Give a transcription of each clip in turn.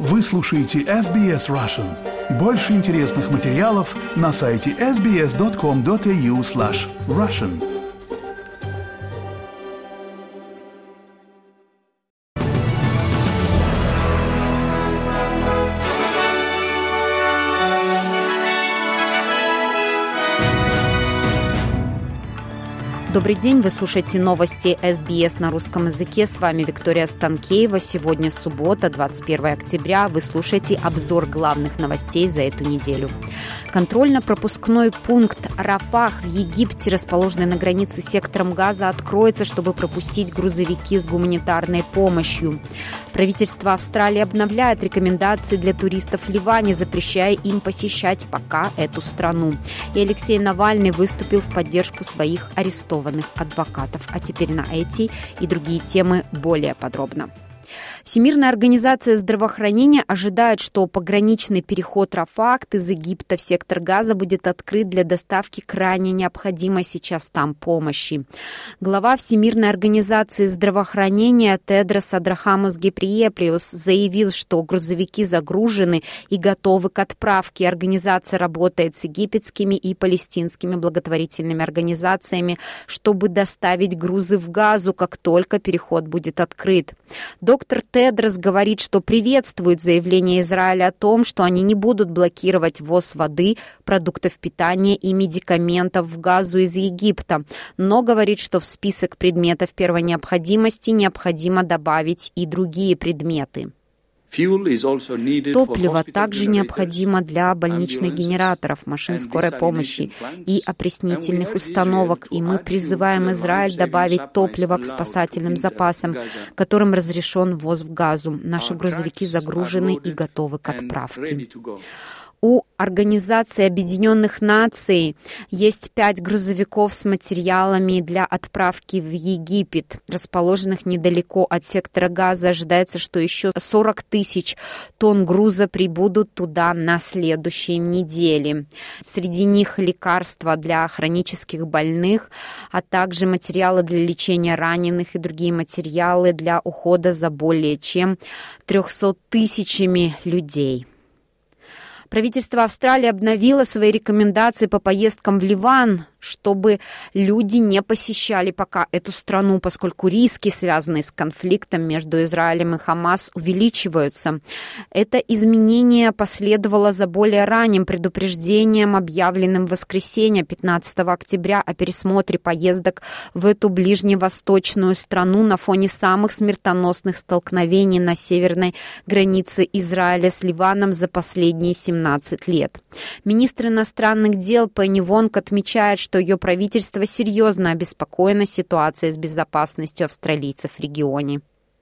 Вы слушаете SBS Russian. Больше интересных материалов на сайте sbs.com.au/russian. Добрый день, вы слушаете новости СБС на русском языке. С вами Виктория Станкеева. Сегодня суббота, 21 октября. Вы слушаете обзор главных новостей за эту неделю. Контрольно-пропускной пункт Рафах в Египте, расположенный на границе с сектором Газа, откроется, чтобы пропустить грузовики с гуманитарной помощью. Правительство Австралии обновляет рекомендации для туристов в Ливане, запрещая им посещать пока эту страну. И Алексей Навальный выступил в поддержку своих арестованных адвокатов. А теперь на эти и другие темы более подробно. Всемирная организация здравоохранения ожидает, что пограничный переход Рафах из Египта в сектор Газа будет открыт для доставки крайне необходимой сейчас там помощи. Глава Всемирной организации здравоохранения Тедрос Адрахамус Гебрейесус заявил, что грузовики загружены и готовы к отправке. Организация работает с египетскими и палестинскими благотворительными организациями, чтобы доставить грузы в Газу, как только переход будет открыт. Доктор Тедрос говорит, что приветствует заявление Израиля о том, что они не будут блокировать ввоз воды, продуктов питания и медикаментов в Газу из Египта, но говорит, что в список предметов первой необходимости необходимо добавить и другие предметы. Топливо также необходимо для больничных генераторов, машин скорой помощи и опреснительных установок, и мы призываем Израиль добавить топливо к спасательным запасам, которым разрешен ввоз в Газу. Наши грузовики загружены и готовы к отправке. У Организации Объединенных Наций есть 5 грузовиков с материалами для отправки в Египет, расположенных недалеко от сектора Газа. Ожидается, что еще 40 тысяч тонн груза прибудут туда на следующей неделе. Среди них лекарства для хронических больных, а также материалы для лечения раненых и другие материалы для ухода за более чем 300 тысячами людей. Правительство Австралии обновило свои рекомендации по поездкам в Ливан, чтобы люди не посещали пока эту страну, поскольку риски, связанные с конфликтом между Израилем и Хамас, увеличиваются. Это изменение последовало за более ранним предупреждением, объявленным в воскресенье 15 октября о пересмотре поездок в эту ближневосточную страну на фоне самых смертоносных столкновений на северной границе Израиля с Ливаном за последние 17 лет. Министр иностранных дел Пенни Вонг отмечает, что ее правительство серьезно обеспокоено ситуацией с безопасностью австралийцев в регионе.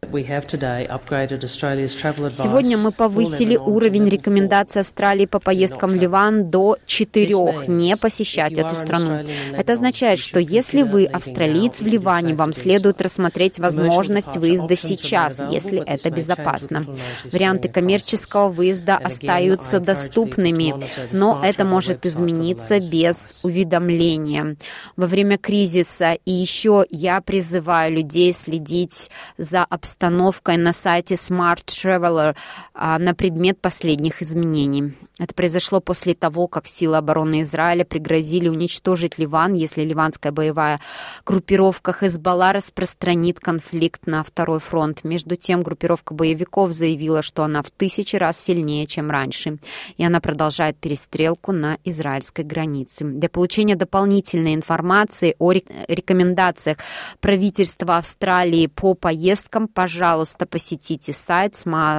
Сегодня мы повысили уровень рекомендаций Австралии по поездкам в Ливан до 4 не посещать эту страну. Это означает, что если вы австралиец в Ливане, вам следует рассмотреть возможность выезда сейчас, если это безопасно. Варианты коммерческого выезда остаются доступными, но это может измениться без уведомления во время кризиса. И еще я призываю людей следить за обстоятельствами на сайте Smart Traveler на предмет последних изменений. Это произошло после того, как силы обороны Израиля пригрозили уничтожить Ливан, если ливанская боевая группировка Хезболла распространит конфликт на второй фронт. Между тем, группировка боевиков заявила, что она в 1000 раз сильнее, чем раньше, и она продолжает перестрелку на израильской границе. Для получения дополнительной информации о рекомендациях правительства Австралии по поездкам, пожалуйста, посетите сайт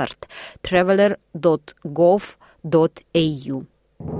smarttraveler.gov.au.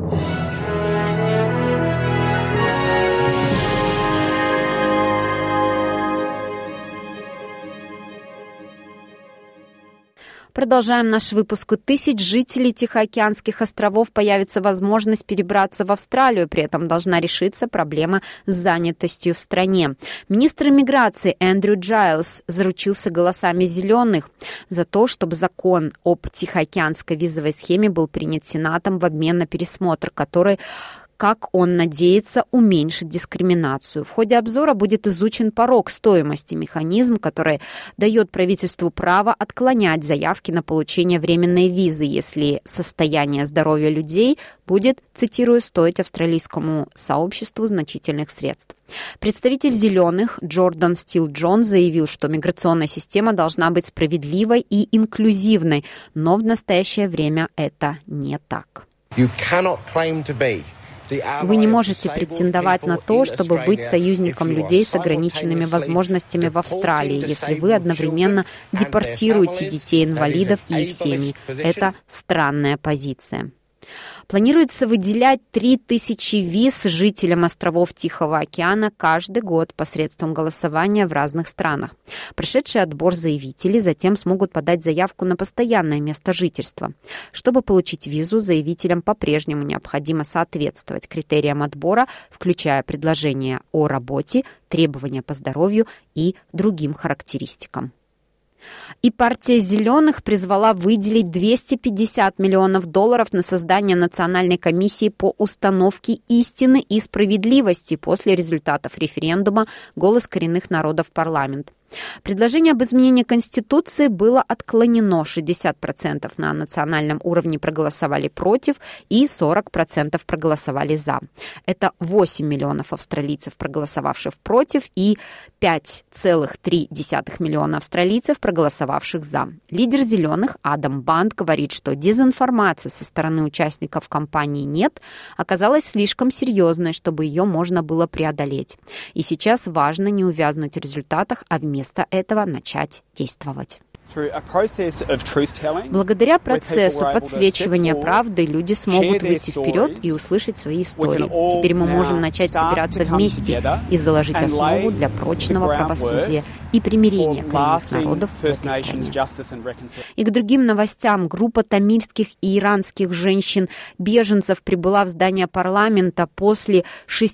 Продолжаем наш выпуск. У тысяч жителей Тихоокеанских островов появится возможность перебраться в Австралию. При этом должна решиться проблема с занятостью в стране. Министр иммиграции Эндрю Джайлс заручился голосами зеленых за то, чтобы закон об Тихоокеанской визовой схеме был принят Сенатом в обмен на пересмотр, который как он надеется уменьшить дискриминацию. В ходе обзора будет изучен порог стоимости, механизм, который дает правительству право отклонять заявки на получение временной визы, если состояние здоровья людей будет, цитирую, стоить австралийскому сообществу значительных средств. Представитель «Зеленых» Джордан Стил-Джон заявил, что миграционная система должна быть справедливой и инклюзивной, но в настоящее время это не так. Вы не можете претендовать на то, чтобы быть союзником людей с ограниченными возможностями в Австралии, если вы одновременно депортируете детей-инвалидов и их семьи. Это странная позиция. Планируется выделять 3000 виз жителям островов Тихого океана каждый год посредством голосования в разных странах. Прошедший отбор заявителей затем смогут подать заявку на постоянное место жительства. Чтобы получить визу, заявителям по-прежнему необходимо соответствовать критериям отбора, включая предложения о работе, требования по здоровью и другим характеристикам. И партия «Зеленых» призвала выделить $250 миллионов на создание Национальной комиссии по установке истины и справедливости после результатов референдума «Голос коренных народов в парламент». Предложение об изменении Конституции было отклонено. 60% на национальном уровне проголосовали против и 40% проголосовали за. Это 8 миллионов австралийцев, проголосовавших против, и 5,3 миллиона австралийцев, проголосовавших за. Лидер «Зеленых» Адам Банд говорит, что дезинформация со стороны участников кампании «Нет» оказалась слишком серьезной, чтобы ее можно было преодолеть. И сейчас важно не увязнуть в результатах, а вместо этого начать действовать. Благодаря процессу подсвечивания правды люди смогут выйти вперед и услышать свои истории. Теперь мы можем начать собираться вместе и заложить основу для прочного правосудия и примирения коренных народов в этой стране. И к другим новостям. Группа тамильских и иранских женщин-беженцев прибыла в здание парламента после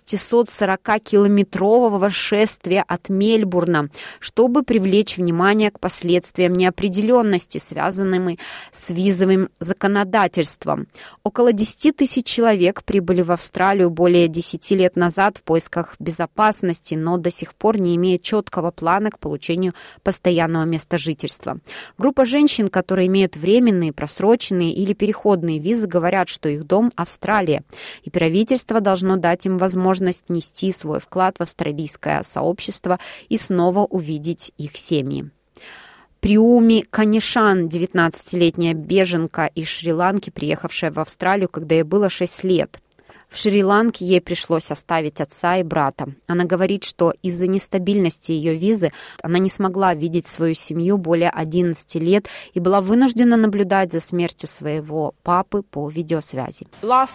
640-километрового шествия от Мельбурна, чтобы привлечь внимание к последствиям неопределенности, связанными с визовым законодательством. Около 10 тысяч человек прибыли в Австралию более 10 лет назад в поисках безопасности, но до сих пор не имеют четкого плана к получению постоянного места жительства. Группа женщин, которые имеют временные, просроченные или переходные визы, говорят, что их дом – Австралия, и правительство должно дать им возможность внести свой вклад в австралийское сообщество и снова увидеть их семьи. Приуми Канишан, 19-летняя беженка из Шри-Ланки, приехавшая в Австралию, когда ей было 6 лет. В Шри-Ланке ей пришлось оставить отца и брата. Она говорит, что из-за нестабильности ее визы она не смогла видеть свою семью более 11 лет и была вынуждена наблюдать за смертью своего папы по видеосвязи.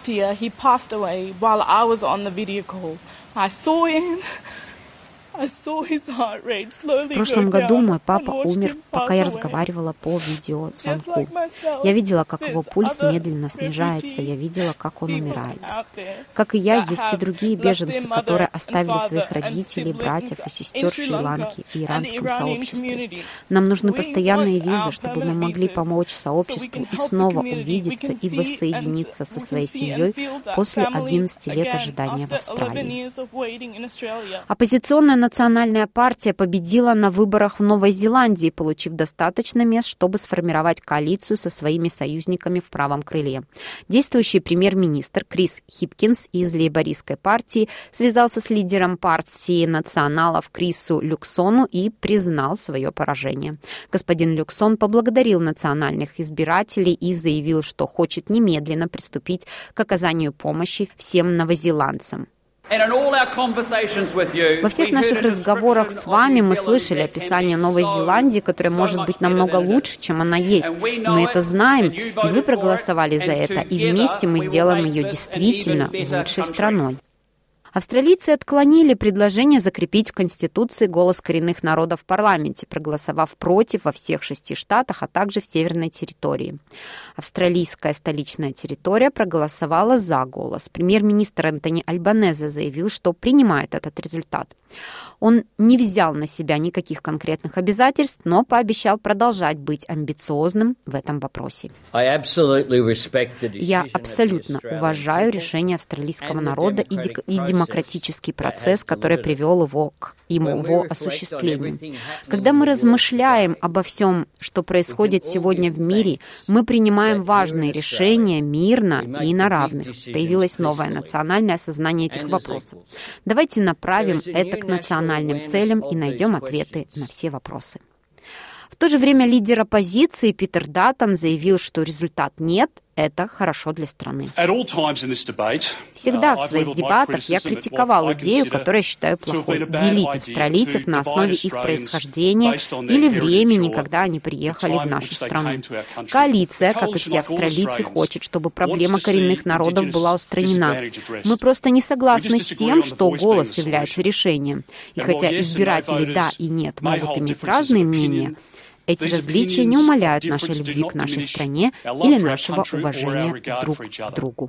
В прошлом году мой папа умер, пока я разговаривала по видеозвонку. Я видела, как его пульс медленно снижается, я видела, как он умирает. Как и я, есть и другие беженцы, которые оставили своих родителей, братьев и сестер в Шри-Ланке и иранском сообществе. Нам нужны постоянные визы, чтобы мы могли помочь сообществу и снова увидеться и воссоединиться со своей семьей после 11 лет ожидания в Австралии. Оппозиционная национальная партия победила на выборах в Новой Зеландии, получив достаточно мест, чтобы сформировать коалицию со своими союзниками в правом крыле. Действующий премьер-министр Крис Хипкинс из лейбористской партии связался с лидером партии националов Крису Люксону и признал свое поражение. Господин Люксон поблагодарил национальных избирателей и заявил, что хочет немедленно приступить к оказанию помощи всем новозеландцам. Во всех наших разговорах с вами мы слышали описание Новой Зеландии, которая может быть намного лучше, чем она есть. Мы это знаем, и вы проголосовали за это, и вместе мы сделаем ее действительно лучшей страной. Австралийцы отклонили предложение закрепить в Конституции голос коренных народов в парламенте, проголосовав против во всех 6 штатах, а также в Северной территории. Австралийская столичная территория проголосовала за голос. Премьер-министр Энтони Альбанезе заявил, что принимает этот результат. Он не взял на себя никаких конкретных обязательств, но пообещал продолжать быть амбициозным в этом вопросе. Я абсолютно уважаю решение австралийского народа и демократический процесс, который привел его к его осуществлению. Когда мы размышляем обо всем, что происходит сегодня в мире, мы принимаем важные решения мирно и на равных. Появилось новое национальное осознание этих вопросов. Давайте направим это к национальным целям и найдем ответы на все вопросы. В то же время лидер оппозиции Питер Даттон заявил, что результат «нет» — это хорошо для страны. Всегда в своих дебатах я критиковал идею, которую я считаю плохой, делить австралийцев на основе их происхождения или времени, когда они приехали в нашу страну. Коалиция, как и все австралийцы, хочет, чтобы проблема коренных народов была устранена. Мы просто не согласны с тем, что голос является решением. И хотя избиратели «да» и «нет» могут иметь разные мнения, эти различия не умаляют нашей любви к нашей стране или нашего уважения друг к другу.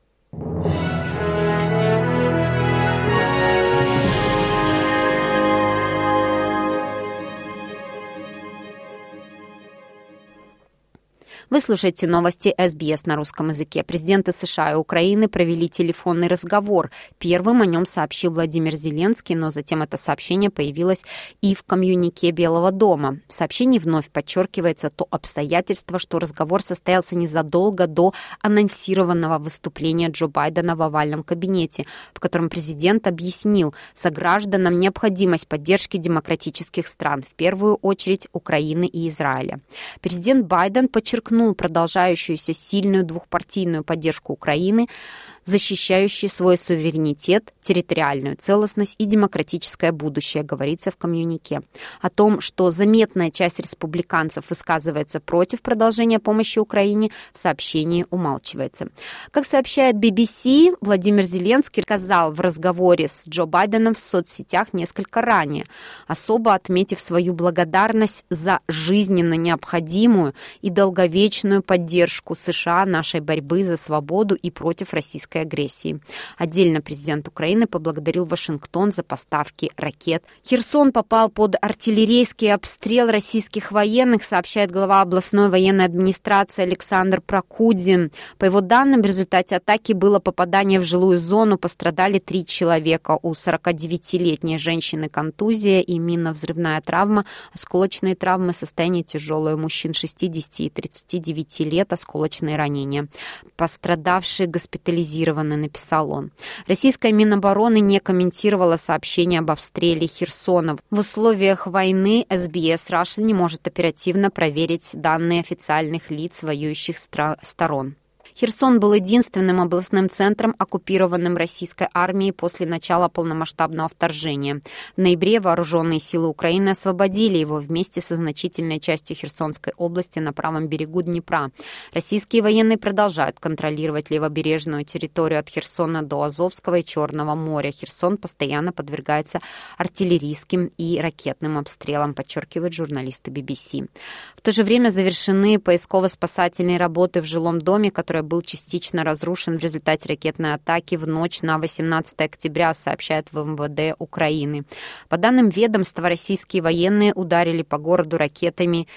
Вы слушаете новости СБС на русском языке. Президенты США и Украины провели телефонный разговор. Первым о нем сообщил Владимир Зеленский, но затем это сообщение появилось и в коммюнике Белого дома. В сообщении вновь подчеркивается то обстоятельство, что разговор состоялся незадолго до анонсированного выступления Джо Байдена в овальном кабинете, в котором президент объяснил согражданам необходимость поддержки демократических стран, в первую очередь Украины и Израиля. Президент Байден подчеркнул продолжающуюся сильную двухпартийную поддержку Украины, защищающий свой суверенитет, территориальную целостность и демократическое будущее, говорится в коммюнике. О том, что заметная часть республиканцев высказывается против продолжения помощи Украине, в сообщении умалчивается. Как сообщает BBC, Владимир Зеленский сказал в разговоре с Джо Байденом в соцсетях несколько ранее, особо отметив свою благодарность за жизненно необходимую и долговечную поддержку США нашей борьбы за свободу и против российской агрессии. Отдельно президент Украины поблагодарил Вашингтон за поставки ракет. Херсон попал под артиллерийский обстрел российских военных, сообщает глава областной военной администрации Александр Прокудин. По его данным, в результате атаки было попадание в жилую зону, пострадали 3 человека. У 49-летней женщины контузия и минно-взрывная травма, осколочные травмы, состояние тяжелое. У мужчин 60 и 39 лет осколочные ранения. Пострадавшие госпитализированы, написал он. Российская Минобороны не комментировала сообщение об обстреле Херсона. В условиях войны SBS Russia не может оперативно проверить данные официальных лиц воюющих сторон. Херсон был единственным областным центром, оккупированным российской армией после начала полномасштабного вторжения. В ноябре вооруженные силы Украины освободили его вместе со значительной частью Херсонской области на правом берегу Днепра. Российские военные продолжают контролировать левобережную территорию от Херсона до Азовского и Черного моря. Херсон постоянно подвергается артиллерийским и ракетным обстрелам, подчеркивают журналисты BBC. В то же время завершены поисково-спасательные работы в жилом доме, который был частично разрушен в результате ракетной атаки в ночь на 18 октября, сообщает в МВД Украины. По данным ведомства, российские военные ударили по городу ракетами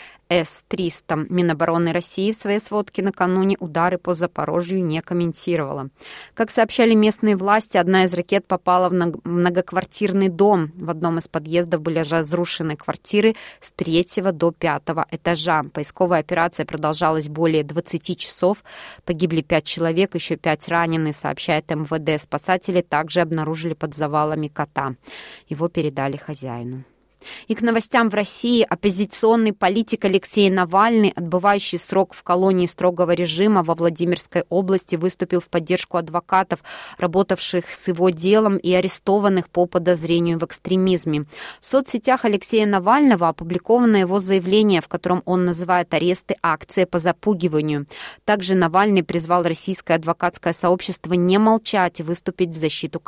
С-300. Минобороны России в своей сводке накануне удары по Запорожью не комментировала. Как сообщали местные власти, одна из ракет попала в многоквартирный дом. В одном из подъездов были разрушены квартиры с 3 до 5 этажа. Поисковая операция продолжалась более 20 часов. Погибли 5 человек, еще 5 ранены, сообщает МВД. Спасатели также обнаружили под завалами кота. Его передали хозяину. И к новостям в России. Оппозиционный политик Алексей Навальный, отбывающий срок в колонии строгого режима во Владимирской области, выступил в поддержку адвокатов, работавших с его делом и арестованных по подозрению в экстремизме. В соцсетях Алексея Навального опубликовано его заявление, в котором он называет аресты акцией по запугиванию. Также Навальный призвал российское адвокатское сообщество не молчать и выступить в защиту коллег.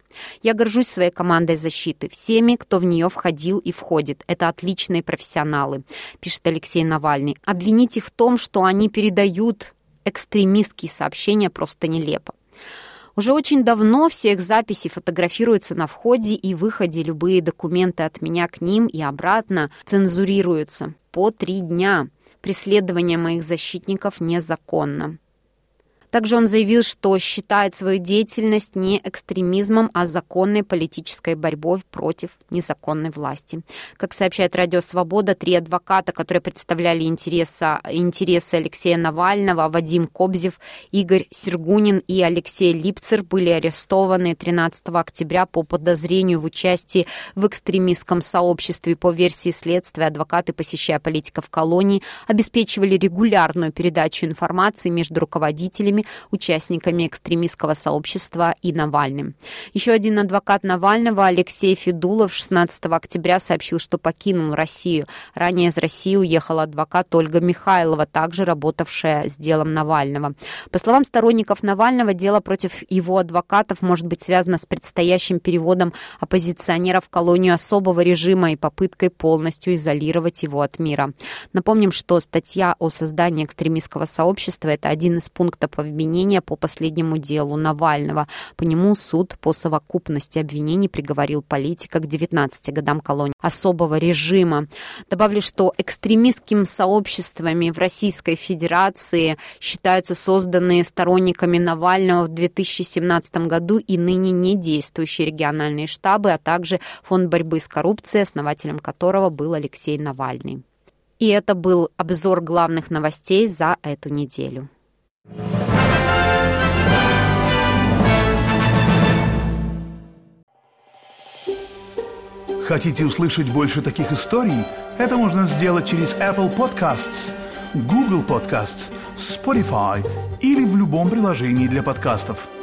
Я горжусь своей командой защиты, всеми, кто в нее входил и входит. Это отличные профессионалы, пишет Алексей Навальный. Обвинить их в том, что они передают экстремистские сообщения, просто нелепо. Уже очень давно все их записи фотографируются на входе и выходе. Любые документы от меня к ним и обратно цензурируются по 3 дня. Преследование моих защитников незаконно. Также он заявил, что считает свою деятельность не экстремизмом, а законной политической борьбой против незаконной власти. Как сообщает Радио Свобода, 3 адвоката, которые представляли интересы Алексея Навального, Вадим Кобзев, Игорь Сергунин и Алексей Липцер, были арестованы 13 октября по подозрению в участии в экстремистском сообществе. По версии следствия, адвокаты, посещая политиков колонии, обеспечивали регулярную передачу информации между руководителями, участниками экстремистского сообщества и Навальным. Еще один адвокат Навального, Алексей Федулов, 16 октября сообщил, что покинул Россию. Ранее из России уехала адвокат Ольга Михайлова, также работавшая с делом Навального. По словам сторонников Навального, дело против его адвокатов может быть связано с предстоящим переводом оппозиционера в колонию особого режима и попыткой полностью изолировать его от мира. Напомним, что статья о создании экстремистского сообщества – это один из пунктов обвинения по последнему делу Навального. По нему суд по совокупности обвинений приговорил политика к 19 годам колонии особого режима. Добавлю, что экстремистскими сообществами в Российской Федерации считаются созданные сторонниками Навального в 2017 году и ныне не действующие региональные штабы, а также Фонд борьбы с коррупцией, основателем которого был Алексей Навальный. И это был обзор главных новостей за эту неделю. Хотите услышать больше таких историй? Это можно сделать через Apple Podcasts, Google Podcasts, Spotify или в любом приложении для подкастов.